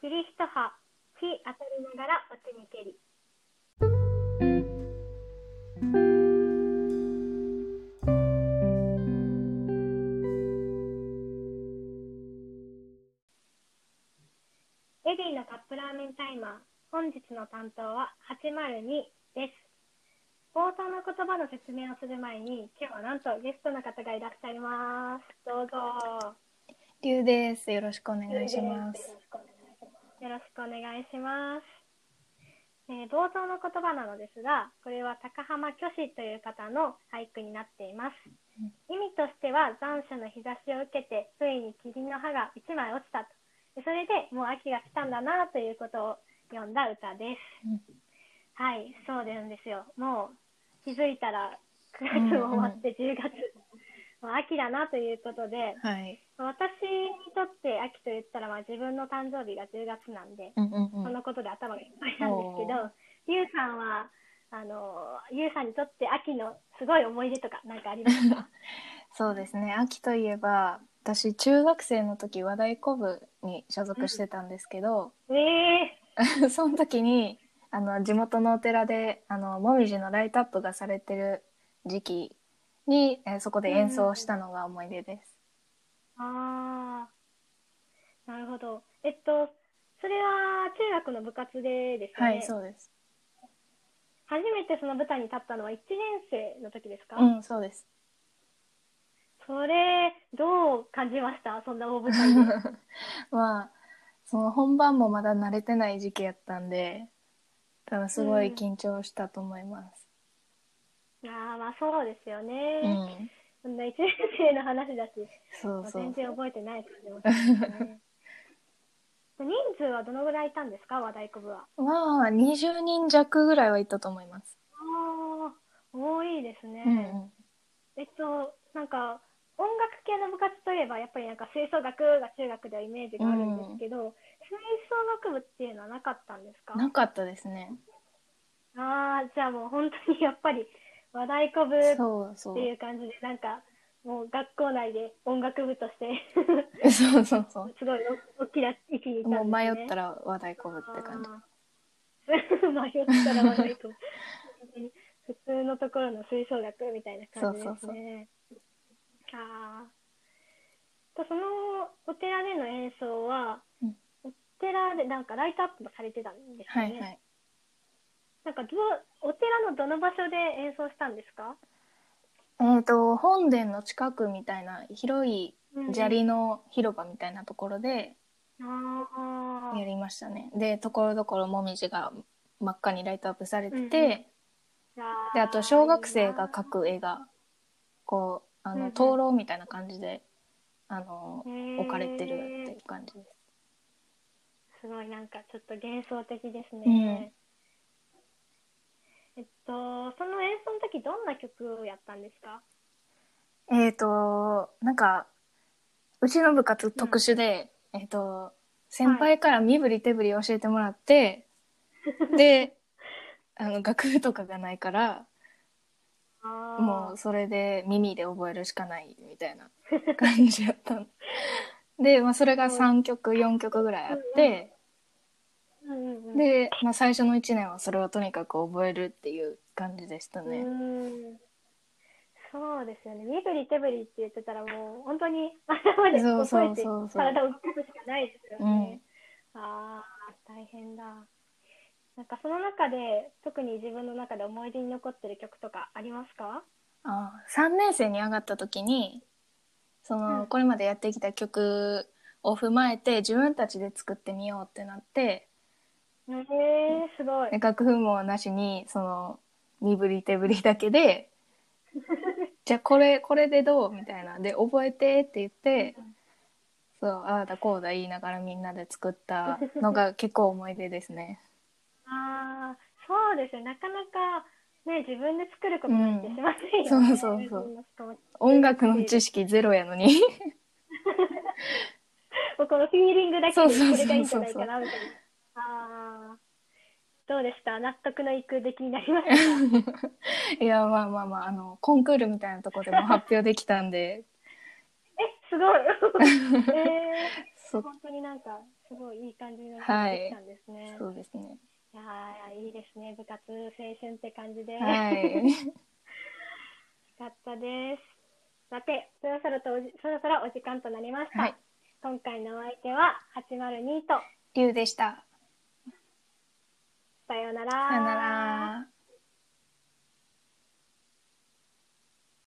霧一葉、日当たりながら落ちにけり。エリーのカップラーメンタイマー。本日の担当は802です。冒頭の言葉の説明をする前に、今日はなんとゲストの方がいらっしゃいます。どうぞ。 りゅうです。よろしくお願いします。 よろしくお願いします。冒頭の言葉なのですが、これは高浜虚子という方の俳句になっています。意味としては、残暑の日差しを受けてついに霧の葉が1枚落ちたと。それでもう秋が来たんだなということを詠んだ歌です。はい、そうなんですよ。もう気づいたら9月も終わって10月、もう秋だなということで、 はい。 私にとって秋といったら、自分の誕生日が10月なんで、そのことで頭がいっぱいなんですけど、ゆうさんはゆうさんにとって秋のすごい思い出とか何かありますか？ そうですね。秋といえば、私中学生の時和太鼓部に所属してたんですけど、その時に地元のお寺でもみじのライトアップがされてる時期に、そこで演奏したのが思い出です。 ああ、なるほど。それは中学の部活でですよね。 はい、そうです。 初めてその舞台に立ったのは1年生の時ですか？ うん、そうです。 それどう感じました？そんな大舞台で。 まあその本番もまだ慣れてない時期やったんで、多分すごい緊張したと思います。 そうですよね。そんな1年生の話だし、 そう全然覚えてないですね。人数はどのぐらいいたんですか、和太鼓部は？ まあ20人弱ぐらいはいたと思います。 多いですね。なんか音楽系の部活といえばやっぱりなんか吹奏楽が中学ではイメージがあるんですけど、吹奏楽部っていうのはなかったんですか？ なかったですね。 じゃあもう本当にやっぱり和太鼓部っていう感じで、なんかもう学校内で音楽部としてそうすごい大きな位置にいたもうんですね。 迷ったら和太鼓部って感じ。 迷ったら和太鼓部普通のところの吹奏楽みたいな感じですね。そのお寺での演奏は、お寺でなんかライトアップもされてたんですよね。 はい。 なんかお寺のどの場所で演奏したんですか？ 本殿の近くみたいな広い砂利の広場みたいなところでやりましたね。で、ところどころもみじが真っ赤にライトアップされてて、で、あと小学生が描く絵がこう灯籠みたいな感じで置かれてるっていう感じです。 すごいなんかちょっと幻想的ですね。その演奏の時どんな曲をやったんですか？ なんかうちの部活特殊で、先輩から身振り手振り教えてもらって、で楽譜とかがないからもうそれで耳で覚えるしかないみたいな感じやったので、それが3曲4曲ぐらいあって、で、最初の1年はそれをとにかく覚えるっていう感じでしたね。 そうですよね。身振り手振りって言ってたらもう本当に頭で覚えて体を動かすしかないですよね。大変だ。なんかその中で特に自分の中で思い出に残ってる曲とかありますか ？3年生に上がった時にこれまでやってきた曲を踏まえて自分たちで作ってみようってなって、 すごい。 楽譜もなしに身振り手振りだけでじゃあこれでどうみたいなで覚えてって言って、ああだこうだ言いながらみんなで作ったのが結構思い出ですね。 そうですよ。なかなかね、自分で作ることなんてしませんよね。 音楽の知識ゼロやのにこのフィーリングだけでこれがいいんじゃないかなみたいな。どうでした？納得のいく出来になりましたか？ いや、コンクールみたいなところでも発表できたんで。 すごい。本当になんかすごいいい感じの人はいができたんですね。 そうですね。 いやーいいですね。部活青春って感じで。 はい。 よかったです。さて、そろそろお時間となりました。 はい。 今回のお相手は802と、 りゅうでした。 さようなさよなら。 ら。